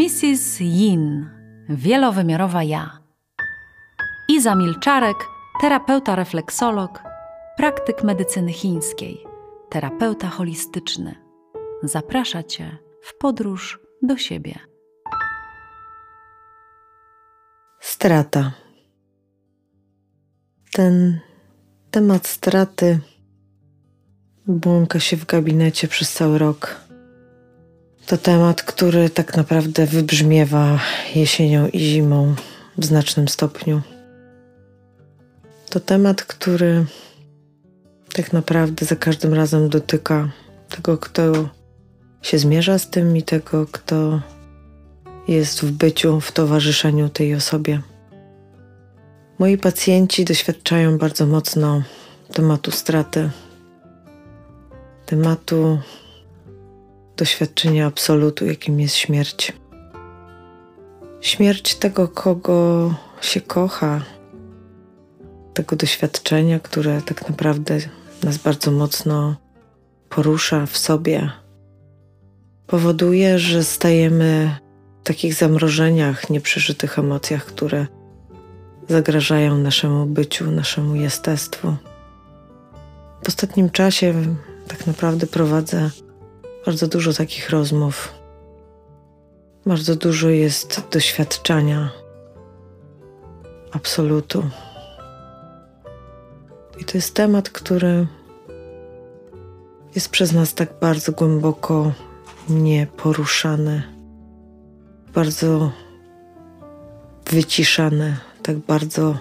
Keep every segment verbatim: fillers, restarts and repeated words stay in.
missus Yin, wielowymiarowa ja. Iza Milczarek, terapeuta refleksolog, praktyk medycyny chińskiej, terapeuta holistyczny. Zaprasza Cię w podróż do siebie. Strata. Ten temat straty błąka się w gabinecie przez cały rok. To temat, który tak naprawdę wybrzmiewa jesienią i zimą w znacznym stopniu. To temat, który tak naprawdę za każdym razem dotyka tego, kto się zmierza z tym i tego, kto jest w byciu, w towarzyszeniu tej osobie. Moi pacjenci doświadczają bardzo mocno tematu straty, tematu doświadczenia absolutu, jakim jest śmierć. Śmierć tego, kogo się kocha, tego doświadczenia, które tak naprawdę nas bardzo mocno porusza w sobie, powoduje, że stajemy w takich zamrożeniach, nieprzeżytych emocjach, które zagrażają naszemu byciu, naszemu jestestwu. W ostatnim czasie tak naprawdę prowadzę bardzo dużo takich rozmów. Bardzo dużo jest doświadczenia absolutu. I to jest temat, który jest przez nas tak bardzo głęboko nieporuszany, bardzo wyciszany, tak bardzo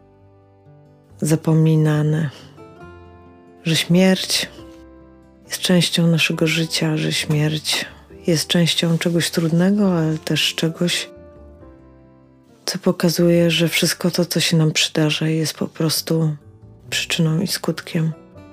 zapominany, że śmierć jest częścią naszego życia, że śmierć jest częścią czegoś trudnego, ale też czegoś, co pokazuje, że wszystko to, co się nam przydarza, jest po prostu przyczyną i skutkiem.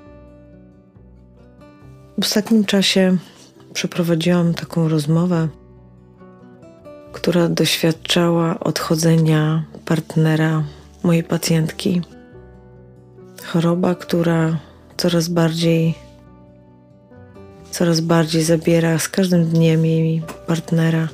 W ostatnim czasie przeprowadziłam taką rozmowę, która doświadczała odchodzenia partnera mojej pacjentki. Choroba, która coraz bardziej, coraz bardziej zabiera z każdym dniem jej partnera.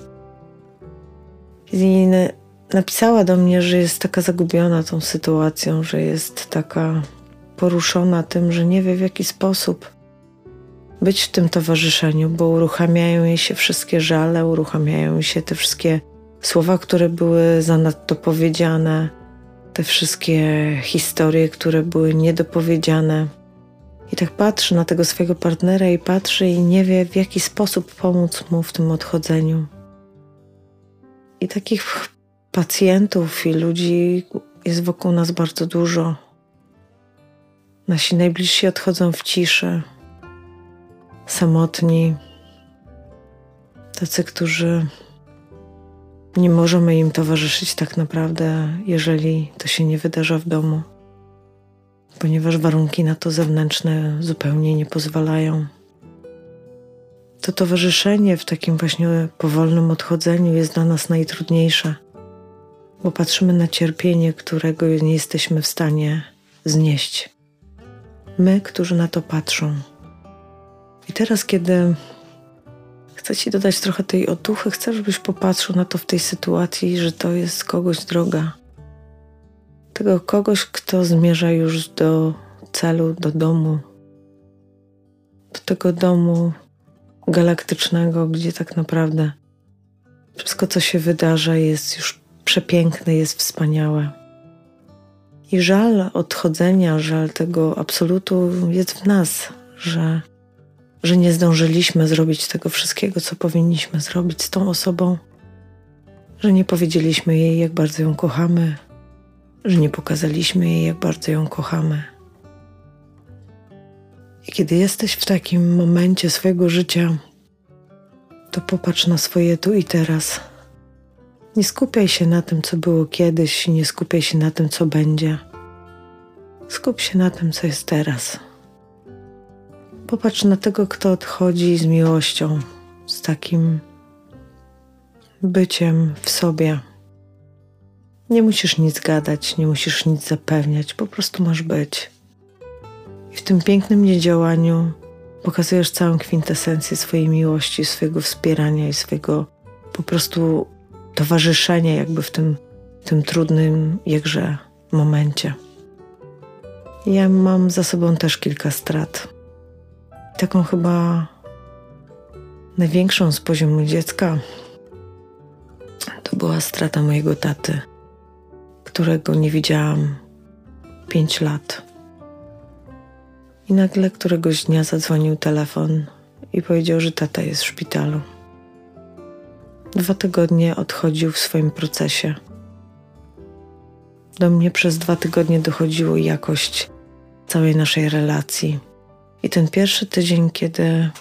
I napisała do mnie, że jest taka zagubiona tą sytuacją, że jest taka poruszona tym, że nie wie, w jaki sposób być w tym towarzyszeniu, bo uruchamiają jej się wszystkie żale, uruchamiają jej się te wszystkie słowa, które były zanadto powiedziane, te wszystkie historie, które były niedopowiedziane. I tak patrzy na tego swojego partnera i patrzy i nie wie, w jaki sposób pomóc mu w tym odchodzeniu. I takich pacjentów i ludzi jest wokół nas bardzo dużo. Nasi najbliżsi odchodzą w ciszy, samotni, tacy, którzy nie możemy im towarzyszyć tak naprawdę, jeżeli to się nie wydarza w domu, ponieważ warunki na to zewnętrzne zupełnie nie pozwalają. To towarzyszenie w takim właśnie powolnym odchodzeniu jest dla nas najtrudniejsze, bo patrzymy na cierpienie, którego nie jesteśmy w stanie znieść. My, którzy na to patrzą. I teraz, kiedy chcę Ci dodać trochę tej otuchy, chcę, żebyś popatrzył na to w tej sytuacji, że to jest kogoś droga. Tego kogoś, kto zmierza już do celu, do domu. Do tego domu galaktycznego, gdzie tak naprawdę wszystko, co się wydarza, jest już przepiękne, jest wspaniałe. I żal odchodzenia, żal tego absolutu jest w nas, że, że nie zdążyliśmy zrobić tego wszystkiego, co powinniśmy zrobić z tą osobą, że nie powiedzieliśmy jej, jak bardzo ją kochamy, że nie pokazaliśmy jej, jak bardzo ją kochamy. I kiedy jesteś w takim momencie swojego życia, to popatrz na swoje tu i teraz. Nie skupiaj się na tym, co było kiedyś, nie skupiaj się na tym, co będzie. Skup się na tym, co jest teraz. Popatrz na tego, kto odchodzi z miłością, z takim byciem w sobie. Nie musisz nic gadać, nie musisz nic zapewniać, po prostu masz być. I w tym pięknym niedziałaniu pokazujesz całą kwintesencję swojej miłości, swojego wspierania i swojego po prostu towarzyszenie jakby w tym, tym trudnym jakże momencie. Ja mam za sobą też kilka strat. Taką chyba największą z poziomu dziecka to była strata mojego taty, którego nie widziałam pięć lat. I nagle któregoś dnia zadzwonił telefon i powiedział, że tata jest w szpitalu. Dwa tygodnie odchodził w swoim procesie. Do mnie przez dwa tygodnie dochodziło jakość całej naszej relacji. I ten pierwszy tydzień, kiedy,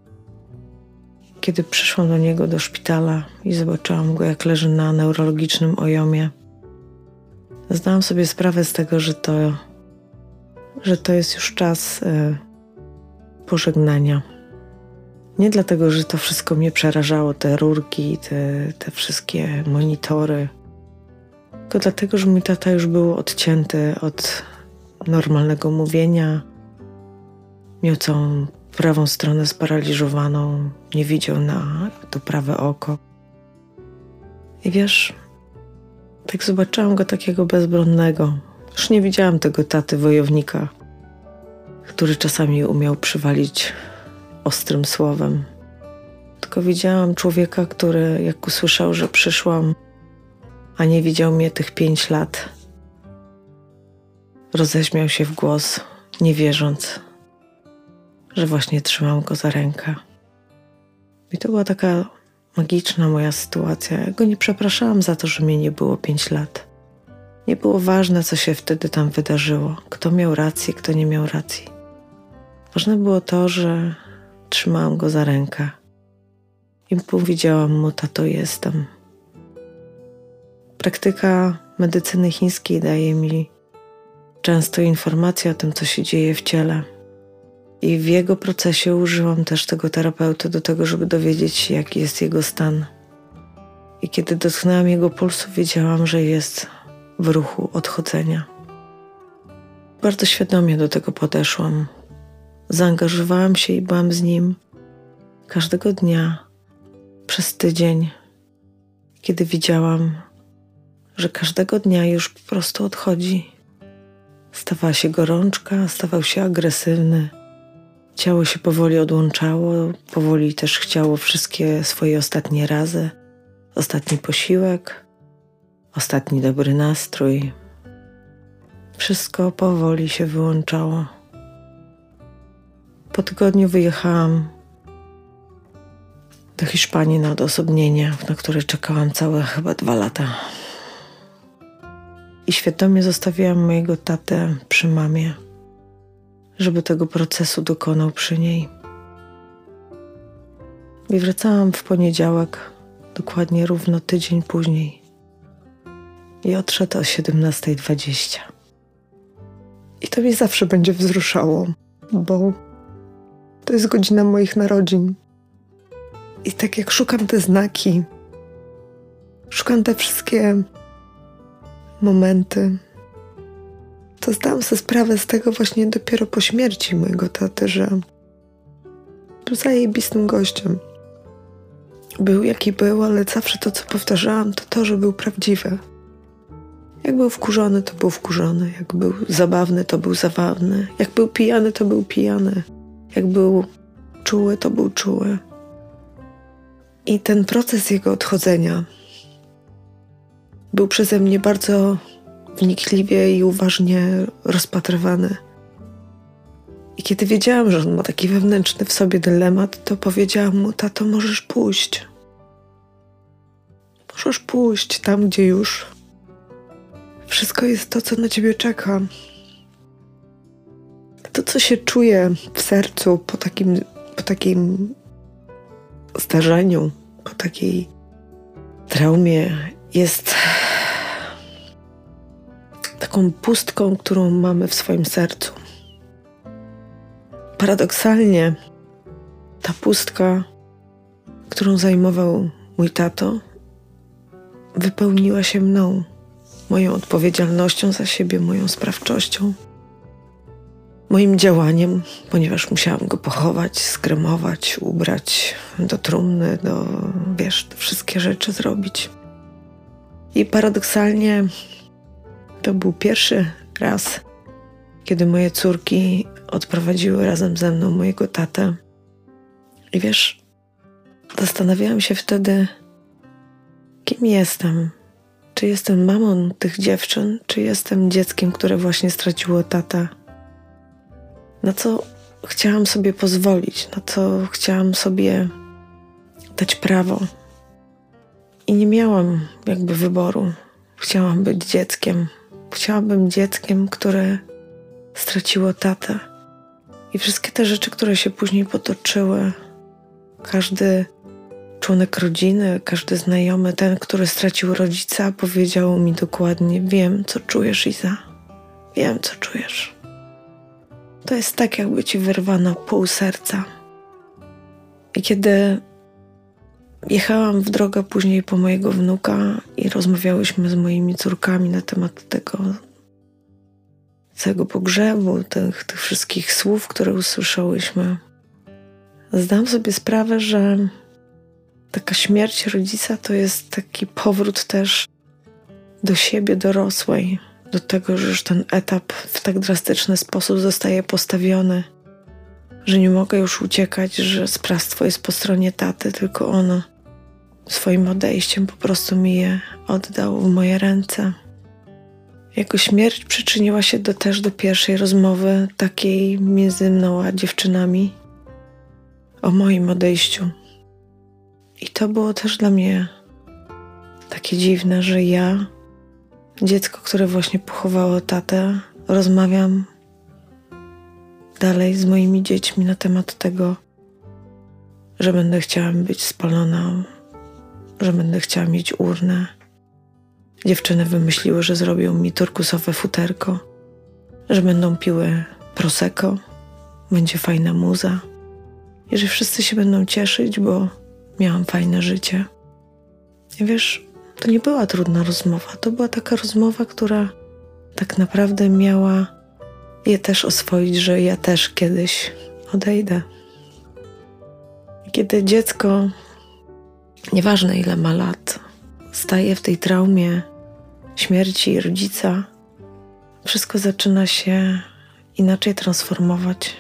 kiedy przyszłam do niego do szpitala i zobaczyłam go, jak leży na neurologicznym ojomie, zdałam sobie sprawę z tego, że to, że to jest już czas y, pożegnania. Nie dlatego, że to wszystko mnie przerażało, te rurki, te, te wszystkie monitory, tylko dlatego, że mój tata już był odcięty od normalnego mówienia. Miał całą prawą stronę sparaliżowaną, nie widział na to prawe oko. I wiesz, tak zobaczyłam go takiego bezbronnego. Już nie widziałam tego taty wojownika, który czasami umiał przywalić ostrym słowem. Tylko widziałam człowieka, który jak usłyszał, że przyszłam, a nie widział mnie tych pięć lat, roześmiał się w głos, nie wierząc, że właśnie trzymam go za rękę. I to była taka magiczna moja sytuacja. Ja go nie przepraszałam za to, że mnie nie było pięć lat. Nie było ważne, co się wtedy tam wydarzyło. Kto miał rację, kto nie miał racji. Ważne było to, że trzymałam go za rękę i powiedziałam mu: tato, jestem. Praktyka medycyny chińskiej daje mi często informacje o tym, co się dzieje w ciele. I w jego procesie użyłam też tego terapeuty do tego, żeby dowiedzieć się, jaki jest jego stan. I kiedy dotknęłam jego pulsu, wiedziałam, że jest w ruchu odchodzenia. Bardzo świadomie do tego podeszłam. Zaangażowałam się i byłam z nim każdego dnia przez tydzień, kiedy widziałam, że każdego dnia już po prostu odchodzi. Stawała się gorączka, stawał się agresywny. Ciało się powoli odłączało, powoli też chciało wszystkie swoje ostatnie razy, ostatni posiłek, ostatni dobry nastrój. Wszystko powoli się wyłączało. Po tygodniu wyjechałam do Hiszpanii na odosobnienie, na które czekałam całe chyba dwa lata. I świadomie zostawiłam mojego tatę przy mamie, żeby tego procesu dokonał przy niej. I wracałam w poniedziałek, dokładnie równo tydzień później. I odszedł o siedemnasta dwadzieścia. I to mnie zawsze będzie wzruszało, bo to jest godzina moich narodzin. I tak jak szukam te znaki, szukam te wszystkie momenty, to zdałam sobie sprawę z tego właśnie dopiero po śmierci mojego taty, że był zajebistym gościem. Był jaki był, ale zawsze to, co powtarzałam, to to, że był prawdziwy. Jak był wkurzony, to był wkurzony. Jak był zabawny, to był zabawny. Jak był pijany, to był pijany. Jak był czuły, to był czuły. I ten proces jego odchodzenia był przeze mnie bardzo wnikliwie i uważnie rozpatrywany. I kiedy wiedziałam, że on ma taki wewnętrzny w sobie dylemat, to powiedziałam mu: tato, możesz pójść. Możesz pójść tam, gdzie już wszystko jest to, co na ciebie czeka. To, co się czuje w sercu po takim, po takim zdarzeniu, po takiej traumie, jest taką pustką, którą mamy w swoim sercu. Paradoksalnie ta pustka, którą zajmował mój tato, wypełniła się mną, moją odpowiedzialnością za siebie, moją sprawczością. moim działaniem, ponieważ musiałam go pochować, skremować, ubrać do trumny, do, wiesz, te wszystkie rzeczy zrobić. I paradoksalnie to był pierwszy raz, kiedy moje córki odprowadziły razem ze mną mojego tatę. I wiesz, zastanawiałam się wtedy, kim jestem. Czy jestem mamą tych dziewczyn, czy jestem dzieckiem, które właśnie straciło tatę. Na co chciałam sobie pozwolić, na co chciałam sobie dać prawo. I nie miałam jakby wyboru. Chciałam być dzieckiem. Chciałabym dzieckiem, które straciło tatę. I wszystkie te rzeczy, które się później potoczyły, każdy członek rodziny, każdy znajomy, ten, który stracił rodzica, powiedział mi dokładnie: wiem, co czujesz, Iza. Wiem, co czujesz. To jest tak, jakby ci wyrwano pół serca. I kiedy jechałam w drogę później po mojego wnuka i rozmawiałyśmy z moimi córkami na temat tego całego pogrzebu, tych, tych wszystkich słów, które usłyszałyśmy, zdałam sobie sprawę, że taka śmierć rodzica to jest taki powrót też do siebie dorosłej, do tego, że już ten etap w tak drastyczny sposób zostaje postawiony, że nie mogę już uciekać, że sprawstwo jest po stronie taty, tylko on swoim odejściem po prostu mi je oddał w moje ręce. Jego śmierć przyczyniła się do, też do pierwszej rozmowy takiej między mną a dziewczynami o moim odejściu. I to było też dla mnie takie dziwne, że ja, dziecko, które właśnie pochowało tatę, rozmawiam dalej z moimi dziećmi na temat tego, że będę chciała być spalona, że będę chciała mieć urnę. Dziewczyny wymyśliły, że zrobią mi turkusowe futerko, że będą piły prosecco, będzie fajna muza i że wszyscy się będą cieszyć, bo miałam fajne życie. I wiesz, to nie była trudna rozmowa. To była taka rozmowa, która tak naprawdę miała je też oswoić, że ja też kiedyś odejdę. I kiedy dziecko, nieważne ile ma lat, staje w tej traumie śmierci rodzica, wszystko zaczyna się inaczej transformować.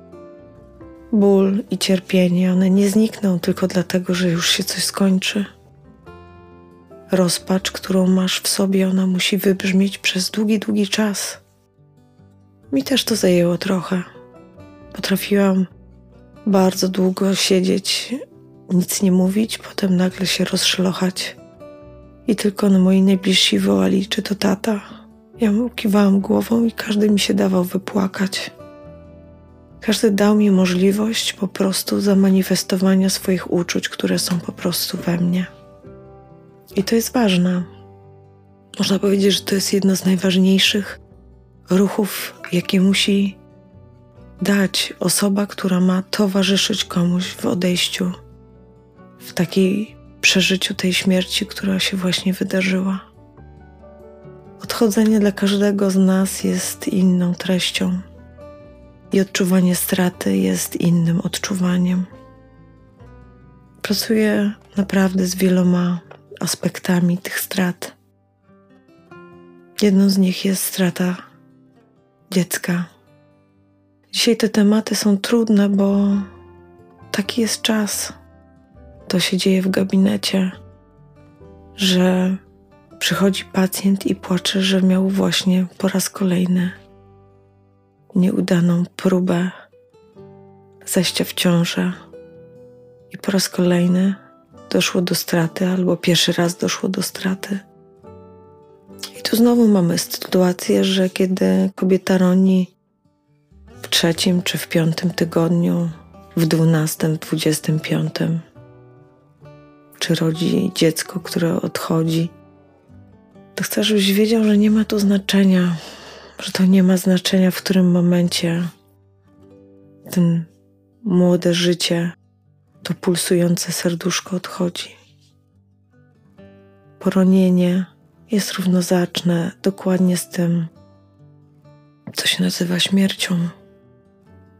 Ból i cierpienie, one nie znikną tylko dlatego, że już się coś skończy. Rozpacz, którą masz w sobie, ona musi wybrzmieć przez długi, długi czas. Mi też to zajęło trochę. Potrafiłam bardzo długo siedzieć, nic nie mówić, potem nagle się rozszlochać. I tylko no moi najbliżsi wołali, czy to tata? Ja mu kiwałam głową i każdy mi się dawał wypłakać. Każdy dał mi możliwość po prostu zamanifestowania swoich uczuć, które są po prostu we mnie. I to jest ważne. Można powiedzieć, że to jest jedno z najważniejszych ruchów, jakie musi dać osoba, która ma towarzyszyć komuś w odejściu, w takiej przeżyciu tej śmierci, która się właśnie wydarzyła. Odchodzenie dla każdego z nas jest inną treścią i odczuwanie straty jest innym odczuwaniem. Pracuję naprawdę z wieloma aspektami tych strat. Jedną z nich jest strata dziecka. Dzisiaj te tematy są trudne, bo taki jest czas. To się dzieje w gabinecie, że przychodzi pacjent i płacze, że miał właśnie po raz kolejny nieudaną próbę zajścia w ciążę i po raz kolejny doszło do straty, albo pierwszy raz doszło do straty. I tu znowu mamy sytuację, że kiedy kobieta roni w trzecim czy w piątym tygodniu, w dwunastym, w dwudziestym piątym, czy rodzi dziecko, które odchodzi, to chcę, żebyś wiedział, że nie ma tu znaczenia, że to nie ma znaczenia, w którym momencie ten młode życie, to pulsujące serduszko odchodzi. Poronienie jest równoznaczne dokładnie z tym, co się nazywa śmiercią.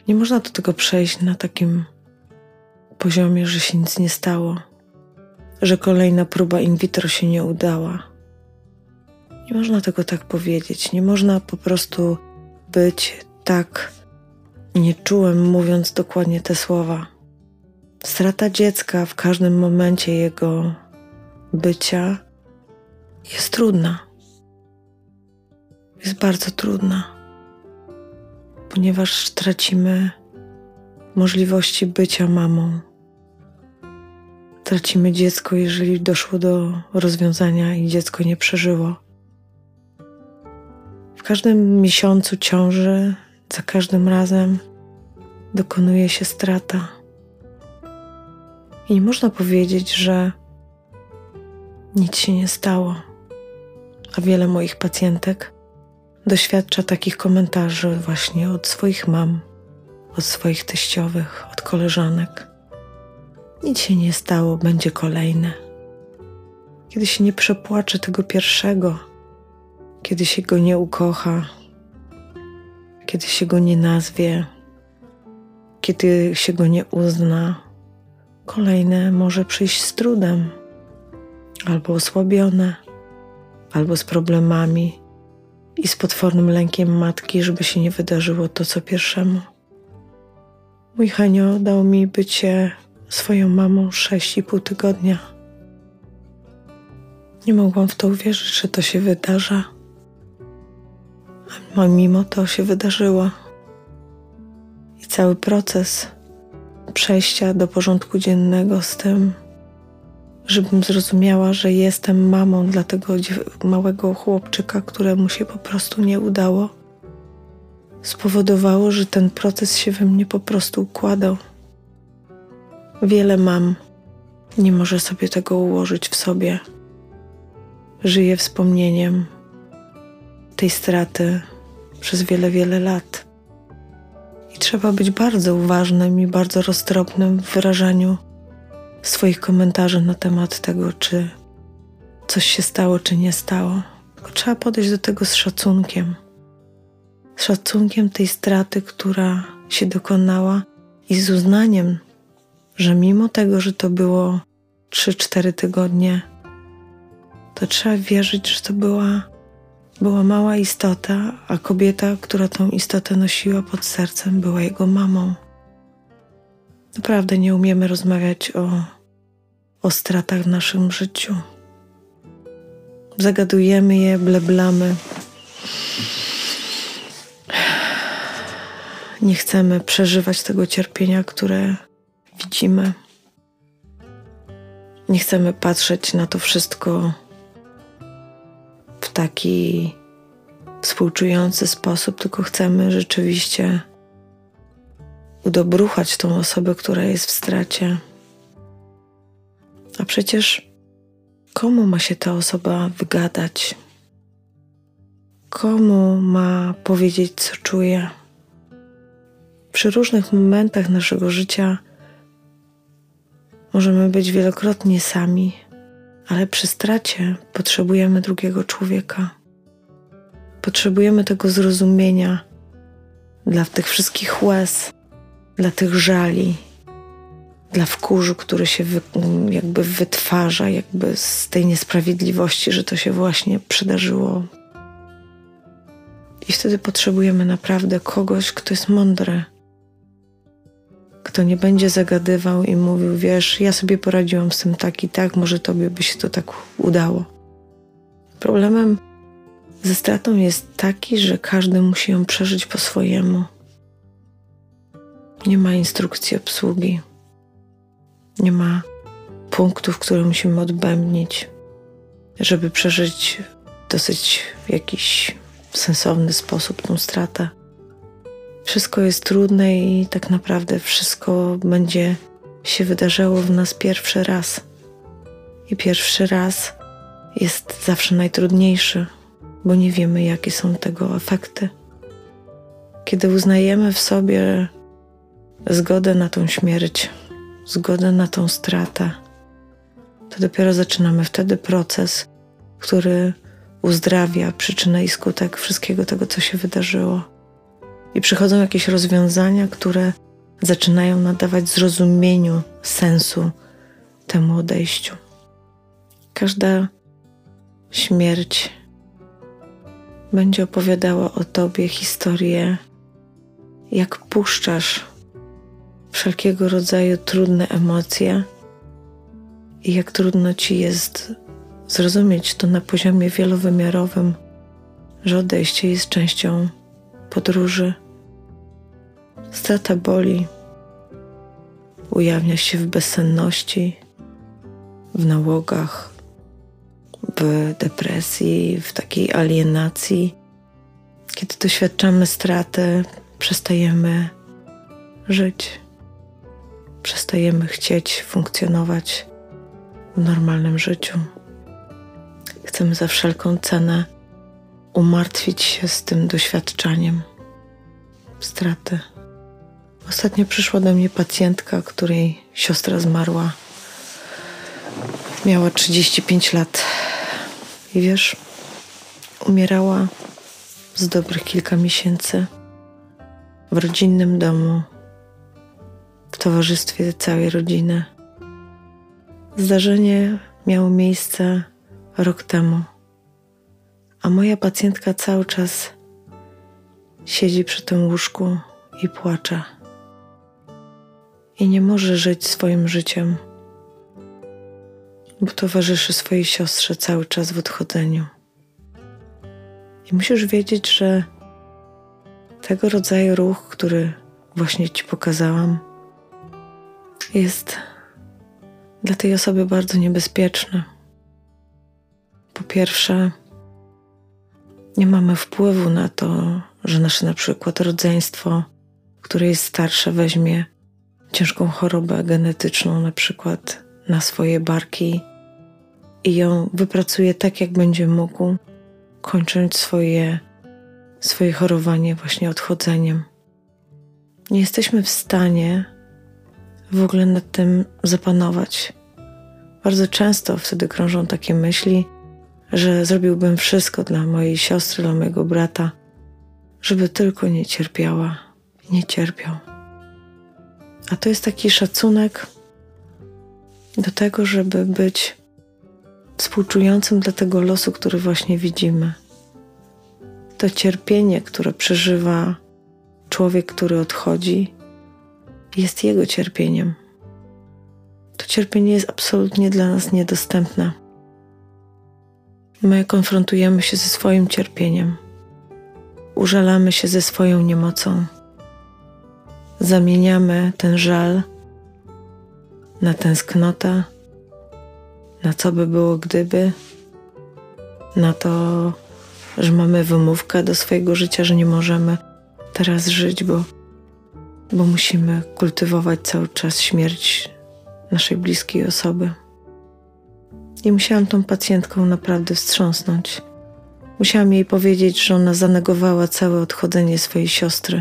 Nie można do tego przejść na takim poziomie, że się nic nie stało, że kolejna próba in vitro się nie udała. Nie można tego tak powiedzieć. Nie można po prostu być tak nieczułym, mówiąc dokładnie te słowa. Strata dziecka w każdym momencie jego bycia jest trudna. Jest bardzo trudna, ponieważ tracimy możliwości bycia mamą. Tracimy dziecko, jeżeli doszło do rozwiązania i dziecko nie przeżyło. W każdym miesiącu ciąży, za każdym razem dokonuje się strata. I nie można powiedzieć, że nic się nie stało. A wiele moich pacjentek doświadcza takich komentarzy właśnie od swoich mam, od swoich teściowych, od koleżanek. Nic się nie stało, będzie kolejne. Kiedy się nie przepłacze tego pierwszego, kiedy się go nie ukocha, kiedy się go nie nazwie, kiedy się go nie uzna, kolejne może przyjść z trudem, albo osłabione, albo z problemami i z potwornym lękiem matki, żeby się nie wydarzyło to, co pierwszemu. Mój Henio dał mi bycie swoją mamą sześć i pół tygodnia. Nie mogłam w to uwierzyć, że to się wydarza. A mimo to się wydarzyło. I cały proces przejścia do porządku dziennego z tym, żebym zrozumiała, że jestem mamą dla tego małego chłopczyka, któremu się po prostu nie udało, spowodowało, że ten proces się we mnie po prostu układał. Wiele mam nie może sobie tego ułożyć w sobie. Żyje wspomnieniem tej straty przez wiele, wiele lat. I trzeba być bardzo uważnym i bardzo roztropnym w wyrażaniu swoich komentarzy na temat tego, czy coś się stało, czy nie stało. Tylko trzeba podejść do tego z szacunkiem. Z szacunkiem tej straty, która się dokonała i z uznaniem, że mimo tego, że to było trzy cztery tygodnie, to trzeba wierzyć, że to była, była mała istota, a kobieta, która tą istotę nosiła pod sercem, była jego mamą. Naprawdę nie umiemy rozmawiać o, o stratach w naszym życiu. Zagadujemy je, bleblamy. Nie chcemy przeżywać tego cierpienia, które widzimy. Nie chcemy patrzeć na to wszystko w taki współczujący sposób, tylko chcemy rzeczywiście udobruchać tą osobę, która jest w stracie. A przecież komu ma się ta osoba wygadać? Komu ma powiedzieć, co czuje? Przy różnych momentach naszego życia możemy być wielokrotnie sami, ale przy stracie potrzebujemy drugiego człowieka. Potrzebujemy tego zrozumienia dla tych wszystkich łez, dla tych żali, dla wkurzu, który się wy, jakby wytwarza jakby z tej niesprawiedliwości, że to się właśnie przydarzyło. I wtedy potrzebujemy naprawdę kogoś, kto jest mądry, kto nie będzie zagadywał i mówił, wiesz, ja sobie poradziłam z tym tak i tak, może tobie by się to tak udało. Problemem ze stratą jest taki, że każdy musi ją przeżyć po swojemu. Nie ma instrukcji obsługi. Nie ma punktów, które musimy odbębnić, żeby przeżyć dosyć w jakiś sensowny sposób tą stratę. Wszystko jest trudne i tak naprawdę wszystko będzie się wydarzało w nas pierwszy raz. I pierwszy raz jest zawsze najtrudniejszy, bo nie wiemy, jakie są tego efekty. Kiedy uznajemy w sobie zgodę na tą śmierć, zgodę na tą stratę, to dopiero zaczynamy wtedy proces, który uzdrawia przyczynę i skutek wszystkiego tego, co się wydarzyło. I przychodzą jakieś rozwiązania, które zaczynają nadawać zrozumieniu sensu temu odejściu. Każda śmierć będzie opowiadała o tobie historię, jak puszczasz wszelkiego rodzaju trudne emocje i jak trudno ci jest zrozumieć to na poziomie wielowymiarowym, że odejście jest częścią podróży. Strata boli, ujawnia się w bezsenności, w nałogach, w depresji, w takiej alienacji. Kiedy doświadczamy straty, przestajemy żyć. Przestajemy chcieć funkcjonować w normalnym życiu. Chcemy za wszelką cenę umartwić się z tym doświadczaniem straty. Ostatnio przyszła do mnie pacjentka, której siostra zmarła. Miała trzydzieści pięć lat. I wiesz, umierała z dobrych kilka miesięcy w rodzinnym domu, w towarzystwie całej rodziny. Zdarzenie miało miejsce rok temu, a moja pacjentka cały czas siedzi przy tym łóżku i płacze. I nie może żyć swoim życiem, bo towarzyszy swojej siostrze cały czas w odchodzeniu. I musisz wiedzieć, że tego rodzaju ruch, który właśnie ci pokazałam, jest dla tej osoby bardzo niebezpieczny. Po pierwsze, nie mamy wpływu na to, że nasze na przykład rodzeństwo, które jest starsze, weźmie ciężką chorobę genetyczną na przykład na swoje barki i ją wypracuje tak, jak będzie mógł, kończąc swoje, swoje chorowanie właśnie odchodzeniem. Nie jesteśmy w stanie w ogóle nad tym zapanować. Bardzo często wtedy krążą takie myśli, że zrobiłbym wszystko dla mojej siostry, dla mojego brata, żeby tylko nie cierpiała, nie cierpiał. A to jest taki szacunek do tego, żeby być współczującym dla tego losu, który właśnie widzimy. To cierpienie, które przeżywa człowiek, który odchodzi, jest jego cierpieniem. To cierpienie jest absolutnie dla nas niedostępne. My konfrontujemy się ze swoim cierpieniem. Użalamy się ze swoją niemocą. Zamieniamy ten żal na tęsknotę, na co by było gdyby, na to, że mamy wymówkę do swojego życia, że nie możemy teraz żyć, bo, bo musimy kultywować cały czas śmierć naszej bliskiej osoby. I musiałam tą pacjentką naprawdę wstrząsnąć. Musiałam jej powiedzieć, że ona zanegowała całe odchodzenie swojej siostry,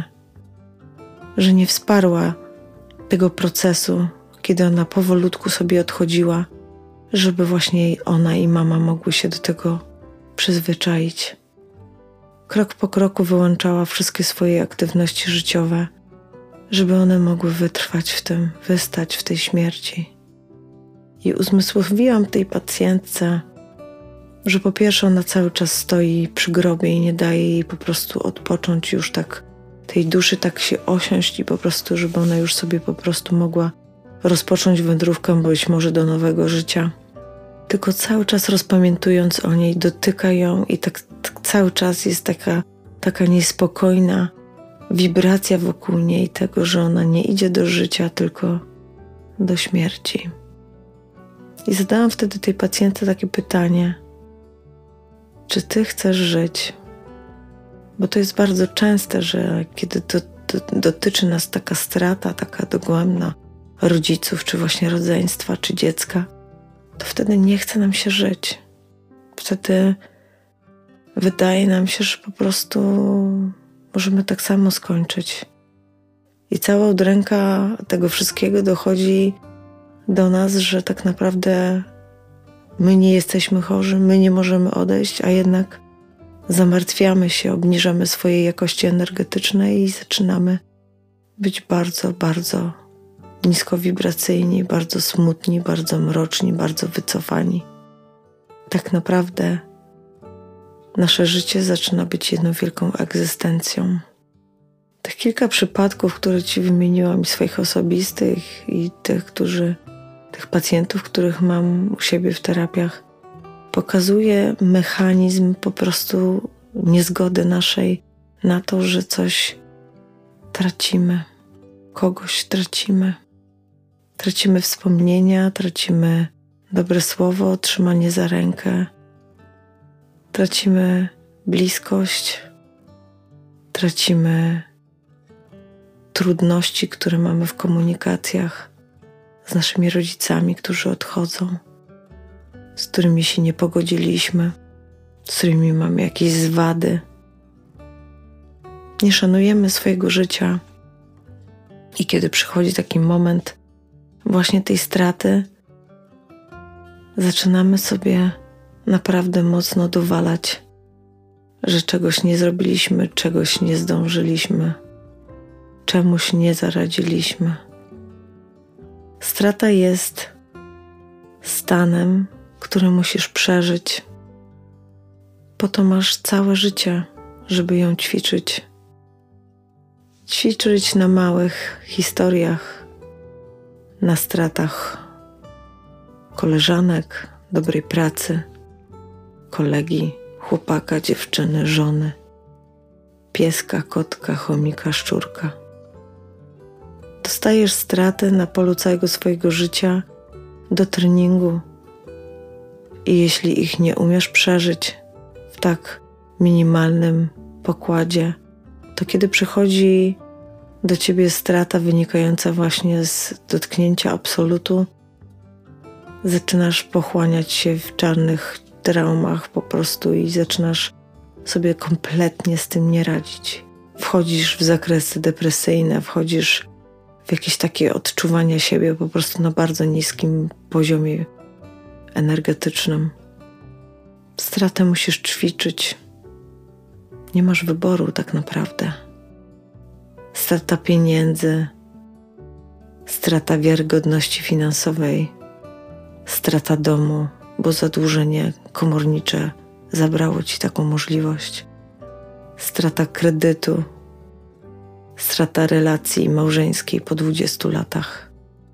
że nie wsparła tego procesu, kiedy ona powolutku sobie odchodziła, żeby właśnie ona i mama mogły się do tego przyzwyczaić. Krok po kroku wyłączała wszystkie swoje aktywności życiowe, żeby one mogły wytrwać w tym, wystać w tej śmierci. I uzmysłowiłam tej pacjentce, że po pierwsze ona cały czas stoi przy grobie i nie daje jej po prostu odpocząć już tak, tej duszy tak się osiąść i po prostu, żeby ona już sobie po prostu mogła rozpocząć wędrówkę być może do nowego życia. Tylko cały czas rozpamiętując o niej, dotyka ją i tak, tak cały czas jest taka, taka niespokojna wibracja wokół niej tego, że ona nie idzie do życia, tylko do śmierci. I zadałam wtedy tej pacjentce takie pytanie: czy ty chcesz żyć? Bo to jest bardzo częste, że kiedy to, to dotyczy nas taka strata, taka dogłębna rodziców, czy właśnie rodzeństwa, czy dziecka, to wtedy nie chce nam się żyć. Wtedy wydaje nam się, że po prostu możemy tak samo skończyć. I cała udręka tego wszystkiego dochodzi do nas, że tak naprawdę my nie jesteśmy chorzy, my nie możemy odejść, a jednak zamartwiamy się, obniżamy swoje jakości energetyczne i zaczynamy być bardzo, bardzo niskowibracyjni, bardzo smutni, bardzo mroczni, bardzo wycofani. Tak naprawdę nasze życie zaczyna być jedną wielką egzystencją. Tych kilka przypadków, które Ci wymieniłam, i swoich osobistych, i tych, którzy, tych pacjentów, których mam u siebie w terapiach, pokazuje mechanizm po prostu niezgody naszej na to, że coś tracimy, kogoś tracimy. Tracimy wspomnienia, tracimy dobre słowo, trzymanie za rękę, tracimy bliskość, tracimy trudności, które mamy w komunikacjach z naszymi rodzicami, którzy odchodzą, z którymi się nie pogodziliśmy, z którymi mamy jakieś zwady. Nie szanujemy swojego życia i kiedy przychodzi taki moment właśnie tej straty, zaczynamy sobie naprawdę mocno dowalać, że czegoś nie zrobiliśmy, czegoś nie zdążyliśmy, czemuś nie zaradziliśmy. Strata jest stanem, który musisz przeżyć. Po to masz całe życie, żeby ją ćwiczyć. Ćwiczyć na małych historiach, na stratach koleżanek, dobrej pracy, kolegi, chłopaka, dziewczyny, żony, pieska, kotka, chomika, szczurka. Dostajesz straty na polu całego swojego życia do treningu i jeśli ich nie umiesz przeżyć w tak minimalnym pokładzie, to kiedy przychodzi do ciebie strata wynikająca właśnie z dotknięcia absolutu, zaczynasz pochłaniać się w czarnych traumach po prostu i zaczynasz sobie kompletnie z tym nie radzić. Wchodzisz w zakresy depresyjne, wchodzisz w jakieś takie odczuwanie siebie po prostu na bardzo niskim poziomie energetycznym. Stratę musisz ćwiczyć. Nie masz wyboru tak naprawdę. Strata pieniędzy, strata wiarygodności finansowej, strata domu, bo zadłużenie komornicze zabrało ci taką możliwość. Strata kredytu, strata relacji małżeńskiej po dwudziestu latach.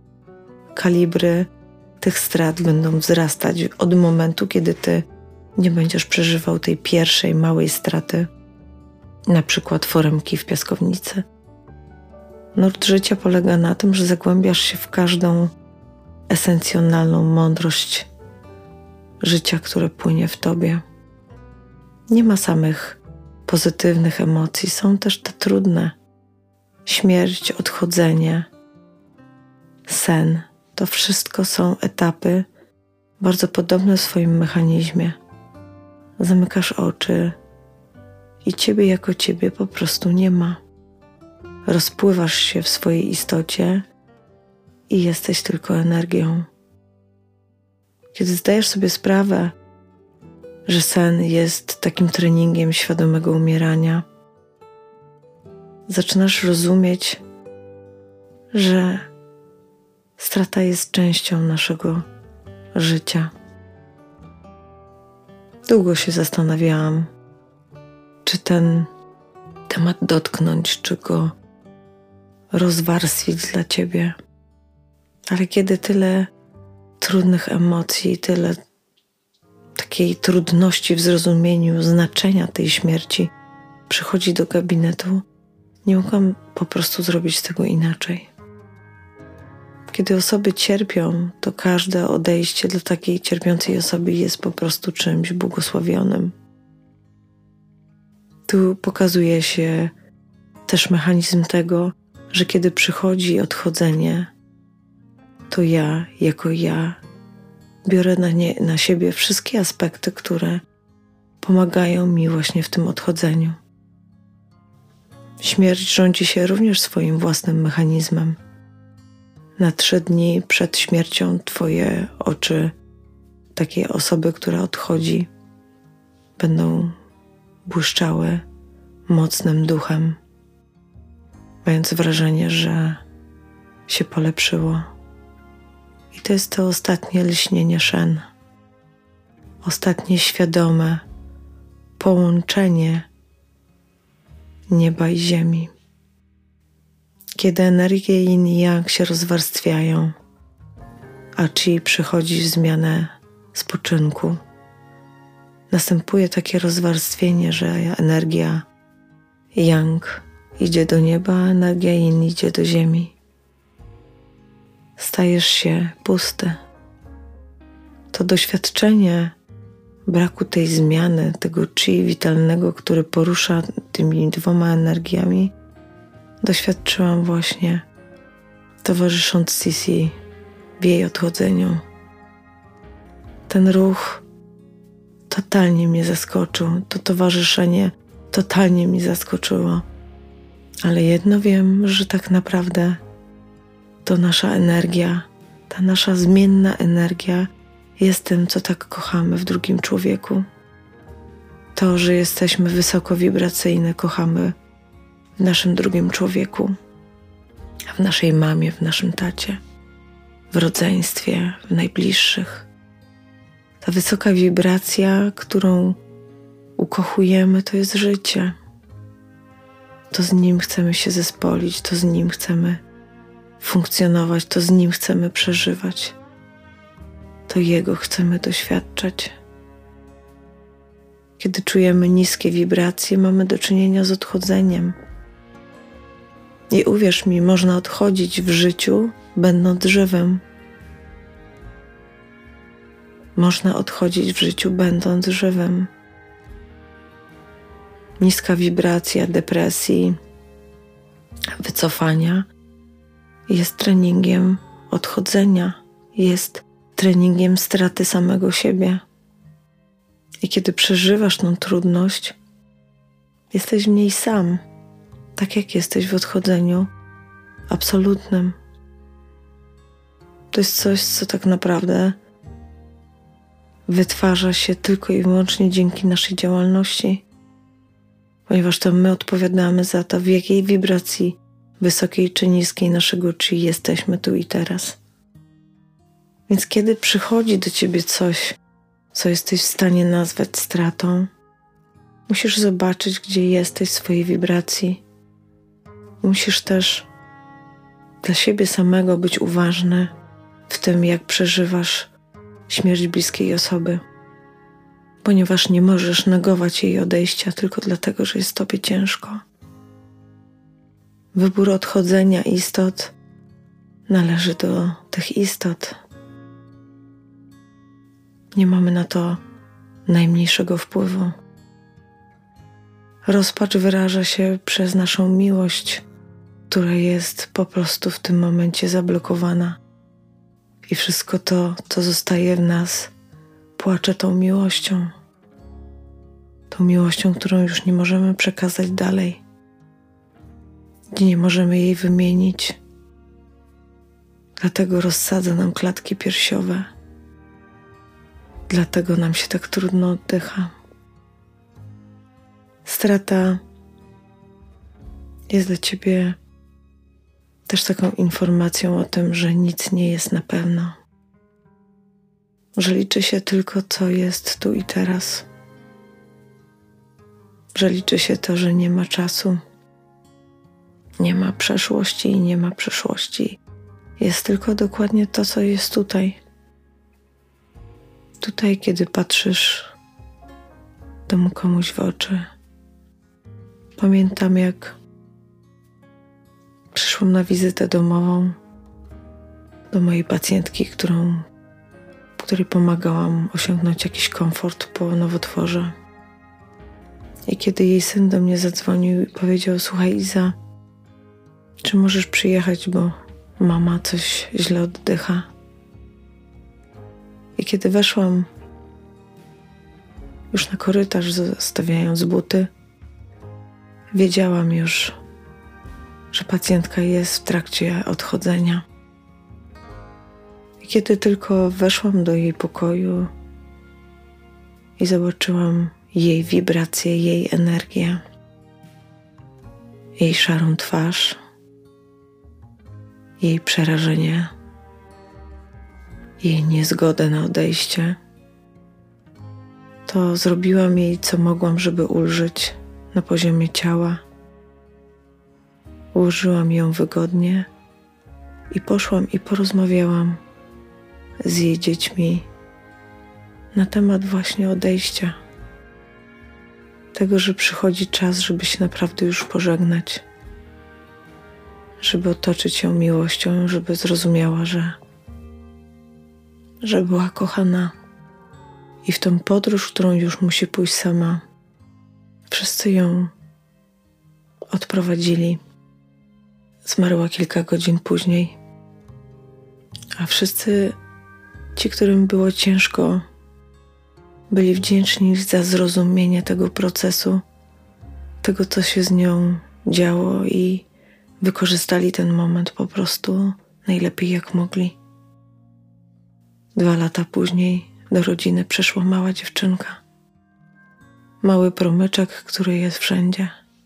Kalibry tych strat będą wzrastać od momentu, kiedy ty nie będziesz przeżywał tej pierwszej małej straty, na przykład foremki w piaskownicy. Nurt życia polega na tym, że zagłębiasz się w każdą esencjonalną mądrość życia, które płynie w tobie. Nie ma samych pozytywnych emocji, są też te trudne. Śmierć, odchodzenie, sen. To wszystko są etapy bardzo podobne w swoim mechanizmie. Zamykasz oczy i ciebie jako ciebie po prostu nie ma. Rozpływasz się w swojej istocie i jesteś tylko energią. Kiedy zdajesz sobie sprawę, że sen jest takim treningiem świadomego umierania, zaczynasz rozumieć, że strata jest częścią naszego życia. Długo się zastanawiałam, czy ten temat dotknąć, czy go rozwarstwić dla ciebie. Ale kiedy tyle trudnych emocji, tyle takiej trudności w zrozumieniu znaczenia tej śmierci przychodzi do gabinetu, nie mogłam po prostu zrobić tego inaczej. Kiedy osoby cierpią, to każde odejście dla takiej cierpiącej osoby jest po prostu czymś błogosławionym. Tu pokazuje się też mechanizm tego, że kiedy przychodzi odchodzenie, to ja, jako ja, biorę na, nie, na siebie wszystkie aspekty, które pomagają mi właśnie w tym odchodzeniu. Śmierć rządzi się również swoim własnym mechanizmem. Na trzy dni przed śmiercią twoje oczy takiej osoby, która odchodzi, będą błyszczały mocnym duchem, mając wrażenie, że się polepszyło. I to jest to ostatnie lśnienie Shen, ostatnie świadome połączenie nieba i ziemi. Kiedy energie yin i yang się rozwarstwiają, a chi przychodzi w zmianę spoczynku, następuje takie rozwarstwienie, że energia yang idzie do nieba, a energia yin idzie do ziemi. Stajesz się pusty. To doświadczenie braku tej zmiany, tego chi witalnego, który porusza tymi dwoma energiami, doświadczyłam właśnie towarzysząc Sisi w jej odchodzeniu. Ten ruch totalnie mnie zaskoczył, to towarzyszenie totalnie mnie zaskoczyło. Ale jedno wiem, że tak naprawdę to nasza energia, ta nasza zmienna energia jest tym, co tak kochamy w drugim człowieku. To, że jesteśmy wysoko wibracyjne, kochamy w naszym drugim człowieku, w naszej mamie, w naszym tacie, w rodzeństwie, w najbliższych. Ta wysoka wibracja, którą ukochujemy, to jest życie. To z nim chcemy się zespolić, to z nim chcemy funkcjonować, to z nim chcemy przeżywać. To jego chcemy doświadczać. Kiedy czujemy niskie wibracje, mamy do czynienia z odchodzeniem. I uwierz mi, można odchodzić w życiu, będąc żywym. Można odchodzić w życiu, będąc żywym. Niska wibracja depresji, wycofania jest treningiem odchodzenia, jest treningiem straty samego siebie. I kiedy przeżywasz tą trudność, jesteś w niej sam, tak jak jesteś w odchodzeniu absolutnym. To jest coś, co tak naprawdę wytwarza się tylko i wyłącznie dzięki naszej działalności, ponieważ to my odpowiadamy za to, w jakiej wibracji wysokiej czy niskiej naszego chi jesteśmy tu i teraz. Więc kiedy przychodzi do ciebie coś, co jesteś w stanie nazwać stratą, musisz zobaczyć, gdzie jesteś w swojej wibracji. Musisz też dla siebie samego być uważny w tym, jak przeżywasz śmierć bliskiej osoby, ponieważ nie możesz negować jej odejścia tylko dlatego, że jest tobie ciężko. Wybór odchodzenia istot należy do tych istot. Nie mamy na to najmniejszego wpływu. Rozpacz wyraża się przez naszą miłość, która jest po prostu w tym momencie zablokowana. I wszystko to, co zostaje w nas, płacze tą miłością. Tą miłością, którą już nie możemy przekazać dalej. Gdzie nie możemy jej wymienić. Dlatego rozsadza nam klatki piersiowe. Dlatego nam się tak trudno oddycha. Strata jest dla ciebie też taką informacją o tym, że nic nie jest na pewno. Że liczy się tylko, co jest tu i teraz. Że liczy się to, że nie ma czasu. Nie ma przeszłości i nie ma przyszłości. Jest tylko dokładnie to, co jest tutaj. Tutaj, kiedy patrzysz temu komuś w oczy. Pamiętam, jak przyszłam na wizytę domową do mojej pacjentki, którą, której pomagałam osiągnąć jakiś komfort po nowotworze. I kiedy jej syn do mnie zadzwonił i powiedział: słuchaj, Iza, czy możesz przyjechać, bo mama coś źle oddycha. I kiedy weszłam już na korytarz, zostawiając buty, wiedziałam już, że pacjentka jest w trakcie odchodzenia. I kiedy tylko weszłam do jej pokoju i zobaczyłam jej wibracje, jej energię, jej szarą twarz, jej przerażenie, jej niezgodę na odejście, to zrobiłam jej, co mogłam, żeby ulżyć na poziomie ciała. Ułożyłam ją wygodnie i poszłam i porozmawiałam z jej dziećmi na temat właśnie odejścia. Tego, że przychodzi czas, żeby się naprawdę już pożegnać. Żeby otoczyć ją miłością, żeby zrozumiała, że, że była kochana. I w tą podróż, którą już musi pójść sama, wszyscy ją odprowadzili. Zmarła kilka godzin później, a wszyscy ci, którym było ciężko, byli wdzięczni za zrozumienie tego procesu, tego, co się z nią działo i wykorzystali ten moment po prostu najlepiej jak mogli. Dwa lata później do rodziny przyszła mała dziewczynka. Mały promyczek, który jest wszędzie.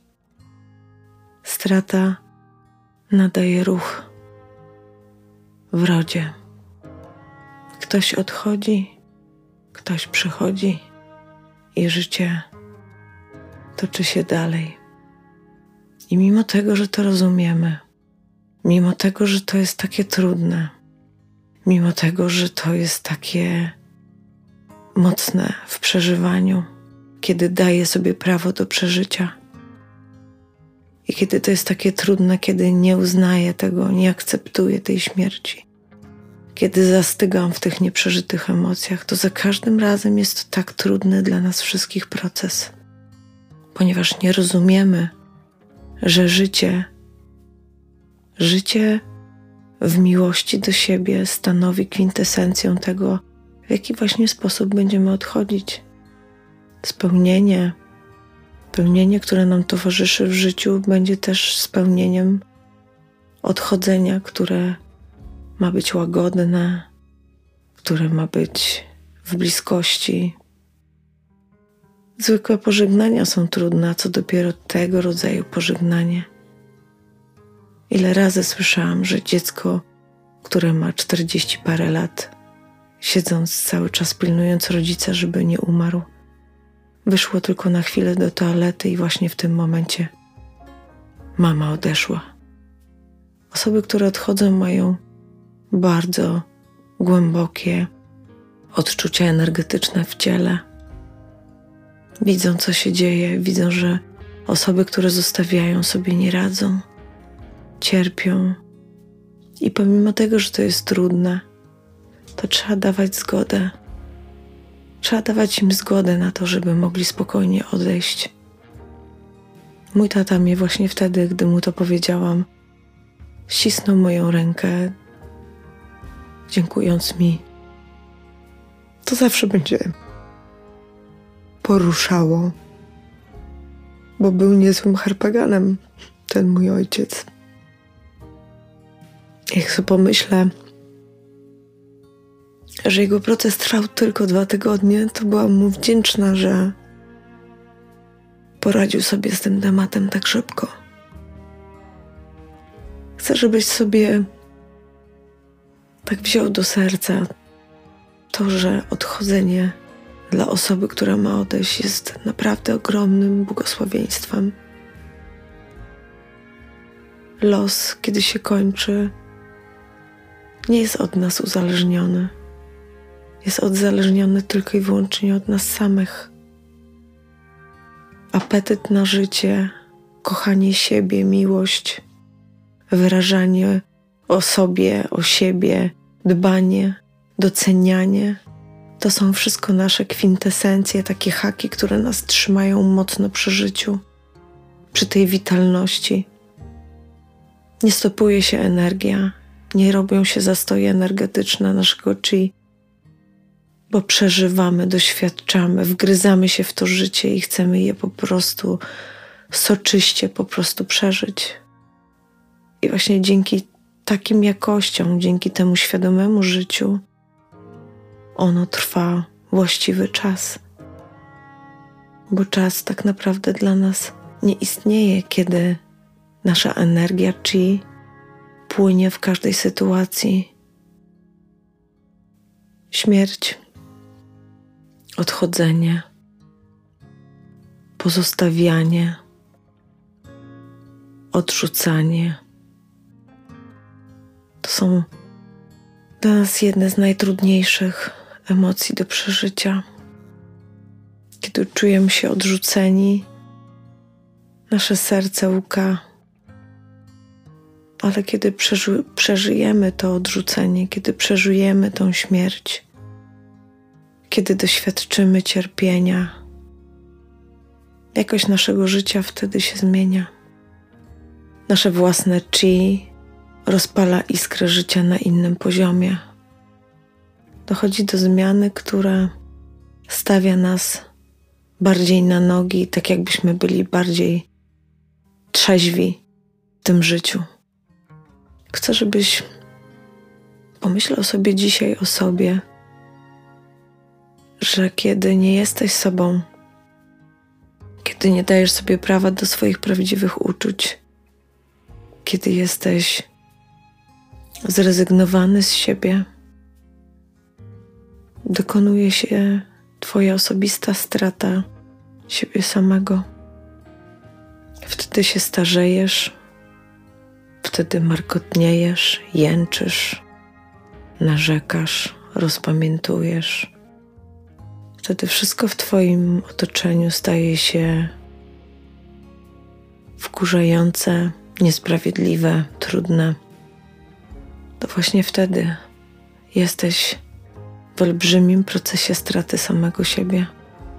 Strata nadaje ruch w rodzie. Ktoś odchodzi, ktoś przychodzi i życie toczy się dalej. I mimo tego, że to rozumiemy, mimo tego, że to jest takie trudne, mimo tego, że to jest takie mocne w przeżywaniu, kiedy daje sobie prawo do przeżycia i kiedy to jest takie trudne, kiedy nie uznaję tego, nie akceptuję tej śmierci, kiedy zastygam w tych nieprzeżytych emocjach, to za każdym razem jest to tak trudny dla nas wszystkich proces, ponieważ nie rozumiemy, że życie, życie w miłości do siebie stanowi kwintesencją tego, w jaki właśnie sposób będziemy odchodzić. Spełnienie, spełnienie, które nam towarzyszy w życiu, będzie też spełnieniem odchodzenia, które ma być łagodne, które ma być w bliskości. Zwykłe pożegnania są trudne, a co dopiero tego rodzaju pożegnanie. Ile razy słyszałam, że dziecko, które ma czterdzieści parę lat, siedząc cały czas pilnując rodzica, żeby nie umarł, wyszło tylko na chwilę do toalety i właśnie w tym momencie mama odeszła. Osoby, które odchodzą, mają bardzo głębokie odczucia energetyczne w ciele. Widzą, co się dzieje, widzą, że osoby, które zostawiają, sobie nie radzą, cierpią. I pomimo tego, że to jest trudne, to trzeba dawać zgodę. Trzeba dawać im zgodę na to, żeby mogli spokojnie odejść. Mój tata mnie właśnie wtedy, gdy mu to powiedziałam, ścisnął moją rękę, dziękując mi. To zawsze będzie poruszało, bo był niezłym harpaganem, ten mój ojciec. Jak sobie pomyślę, że jego proces trwał tylko dwa tygodnie, to byłam mu wdzięczna, że poradził sobie z tym tematem tak szybko. Chcę, żebyś sobie tak wziął do serca to, że odchodzenie dla osoby, która ma odejść, jest naprawdę ogromnym błogosławieństwem. Los, kiedy się kończy, nie jest od nas uzależniony. Jest uzależniony tylko i wyłącznie od nas samych. Apetyt na życie, kochanie siebie, miłość, wyrażanie o sobie, o siebie, dbanie, docenianie, to są wszystko nasze kwintesencje, takie haki, które nas trzymają mocno przy życiu, przy tej witalności. Nie stopuje się energia, nie robią się zastoje energetyczne naszego chi, bo przeżywamy, doświadczamy, wgryzamy się w to życie i chcemy je po prostu soczyście po prostu przeżyć. I właśnie dzięki takim jakościom, dzięki temu świadomemu życiu, ono trwa właściwy czas. bo czas tak naprawdę dla nas nie istnieje, kiedy nasza energia chi płynie w każdej sytuacji. Śmierć, odchodzenie, pozostawianie, odrzucanie to są dla nas jedne z najtrudniejszych emocji do przeżycia. Kiedy czujemy się odrzuceni, nasze serce łka. Ale kiedy przeży- przeżyjemy to odrzucenie, kiedy przeżyjemy tą śmierć, kiedy doświadczymy cierpienia, jakość naszego życia wtedy się zmienia. Nasze własne chi rozpala iskrę życia na innym poziomie. Dochodzi do zmiany, która stawia nas bardziej na nogi, tak jakbyśmy byli bardziej trzeźwi w tym życiu. Chcę, żebyś pomyślał sobie dzisiaj o sobie, że kiedy nie jesteś sobą, kiedy nie dajesz sobie prawa do swoich prawdziwych uczuć, kiedy jesteś zrezygnowany z siebie, dokonuje się twoja osobista strata siebie samego. Wtedy się starzejesz, wtedy markotniejesz, jęczysz, narzekasz, rozpamiętujesz. Wtedy wszystko w twoim otoczeniu staje się wkurzające, niesprawiedliwe, trudne. To właśnie wtedy jesteś w olbrzymim procesie straty samego siebie.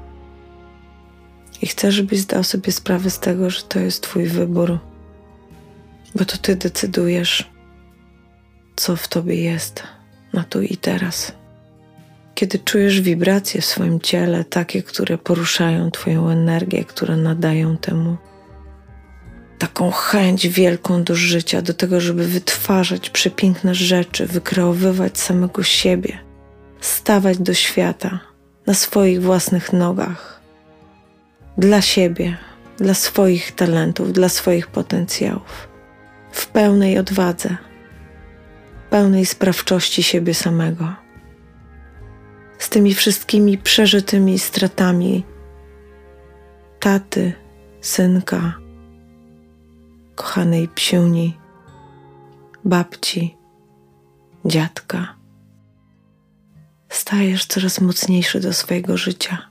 I chcę, żebyś zdał sobie sprawę z tego, że to jest twój wybór, bo to ty decydujesz, co w tobie jest na tu i teraz. Kiedy czujesz wibracje w swoim ciele, takie, które poruszają twoją energię, które nadają temu taką chęć wielką do życia, do tego, żeby wytwarzać przepiękne rzeczy, wykreowywać samego siebie, stawać do świata na swoich własnych nogach, dla siebie, dla swoich talentów, dla swoich potencjałów, w pełnej odwadze, pełnej sprawczości siebie samego, z tymi wszystkimi przeżytymi stratami taty, synka, kochanej psiuni, babci, dziadka. Stajesz coraz mocniejszy do swojego życia.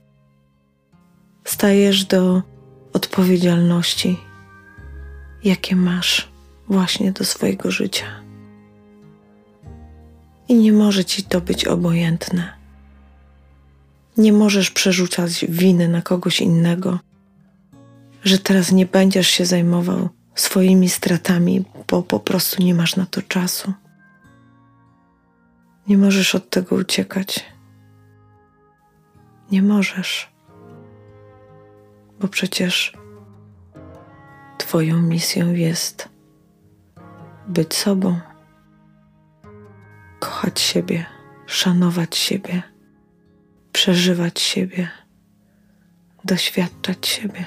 Stajesz do odpowiedzialności, jakie masz właśnie do swojego życia. I nie może ci to być obojętne. Nie możesz przerzucać winy na kogoś innego, że teraz nie będziesz się zajmował swoimi stratami, bo po prostu nie masz na to czasu. Nie możesz od tego uciekać. Nie możesz. Bo przecież twoją misją jest być sobą, kochać siebie, szanować siebie, przeżywać siebie, doświadczać siebie.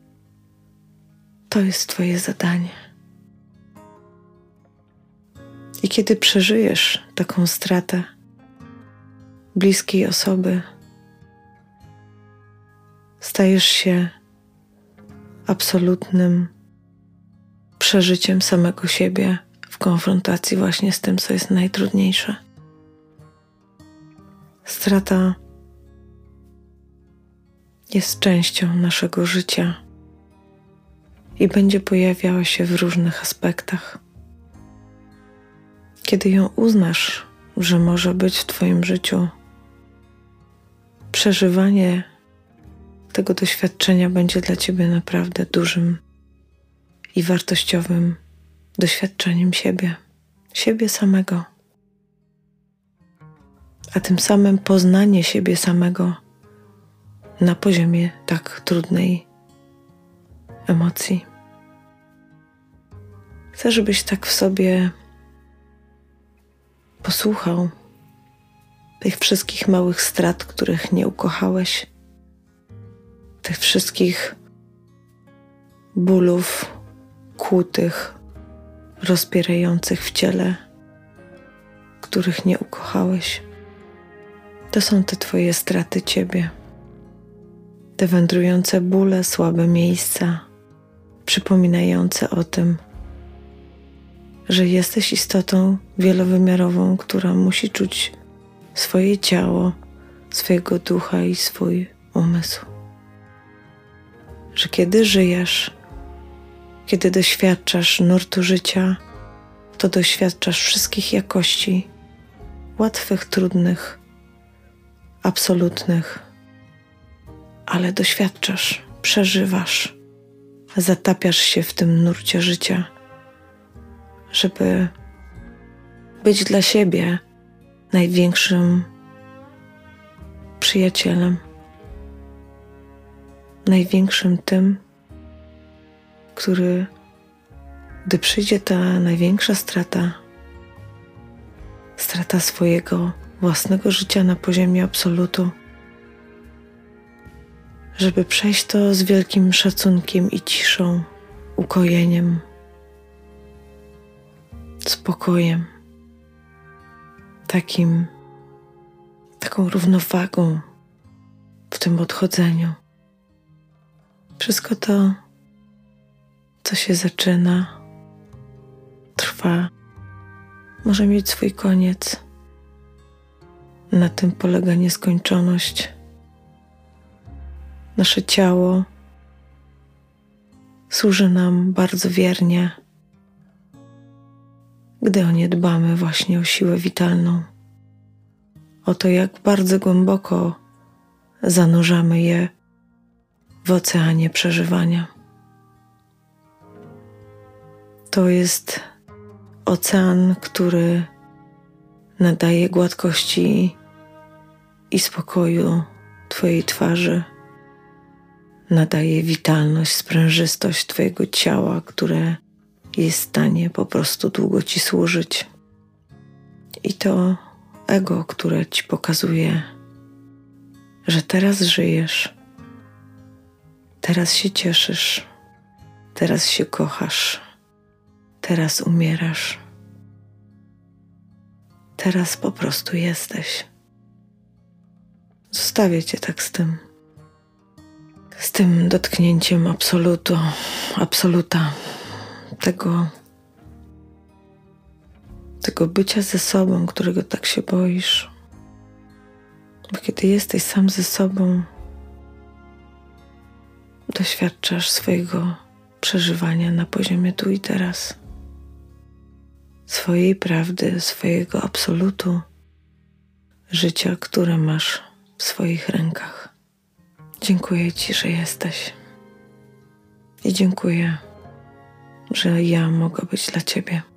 To jest twoje zadanie. I kiedy przeżyjesz taką stratę bliskiej osoby, stajesz się absolutnym przeżyciem samego siebie w konfrontacji właśnie z tym, co jest najtrudniejsze. Strata jest częścią naszego życia i będzie pojawiała się w różnych aspektach. Kiedy ją uznasz, że może być w twoim życiu, przeżywanie tego doświadczenia będzie dla ciebie naprawdę dużym i wartościowym doświadczeniem siebie, siebie samego. A tym samym poznanie siebie samego na poziomie tak trudnej emocji. Chcę, żebyś tak w sobie posłuchał tych wszystkich małych strat, których nie ukochałeś, tych wszystkich bólów kłutych, rozpierających w ciele, których nie ukochałeś. To są te twoje straty ciebie. Te wędrujące bóle, słabe miejsca, przypominające o tym, że jesteś istotą wielowymiarową, która musi czuć swoje ciało, swojego ducha i swój umysł. Że kiedy żyjesz, kiedy doświadczasz nurtu życia, to doświadczasz wszystkich jakości, łatwych, trudnych, absolutnych, ale doświadczasz, przeżywasz, zatapiasz się w tym nurcie życia, żeby być dla siebie największym przyjacielem, największym tym, który, gdy przyjdzie ta największa strata, strata swojego własnego życia na poziomie absolutu, żeby przejść to z wielkim szacunkiem i ciszą, ukojeniem, spokojem, takim, taką równowagą w tym odchodzeniu. Wszystko to, co się zaczyna, trwa, może mieć swój koniec. Na tym polega nieskończoność. Nasze ciało służy nam bardzo wiernie, gdy o nie dbamy, właśnie o siłę witalną, o to, jak bardzo głęboko zanurzamy je w oceanie przeżywania. To jest ocean, który nadaje gładkości i spokoju twojej twarzy, nadaje witalność, sprężystość twojego ciała, które jest w stanie po prostu długo ci służyć. I to ego, które ci pokazuje, że teraz żyjesz, teraz się cieszysz, teraz się kochasz, teraz umierasz, teraz po prostu jesteś. Zostawię cię tak z tym, z tym dotknięciem absolutu, absoluta, tego, tego bycia ze sobą, którego tak się boisz. Bo kiedy jesteś sam ze sobą, doświadczasz swojego przeżywania na poziomie tu i teraz, swojej prawdy, swojego absolutu, życia, które masz w swoich rękach. Dziękuję ci, że jesteś. I dziękuję, że ja mogę być dla ciebie.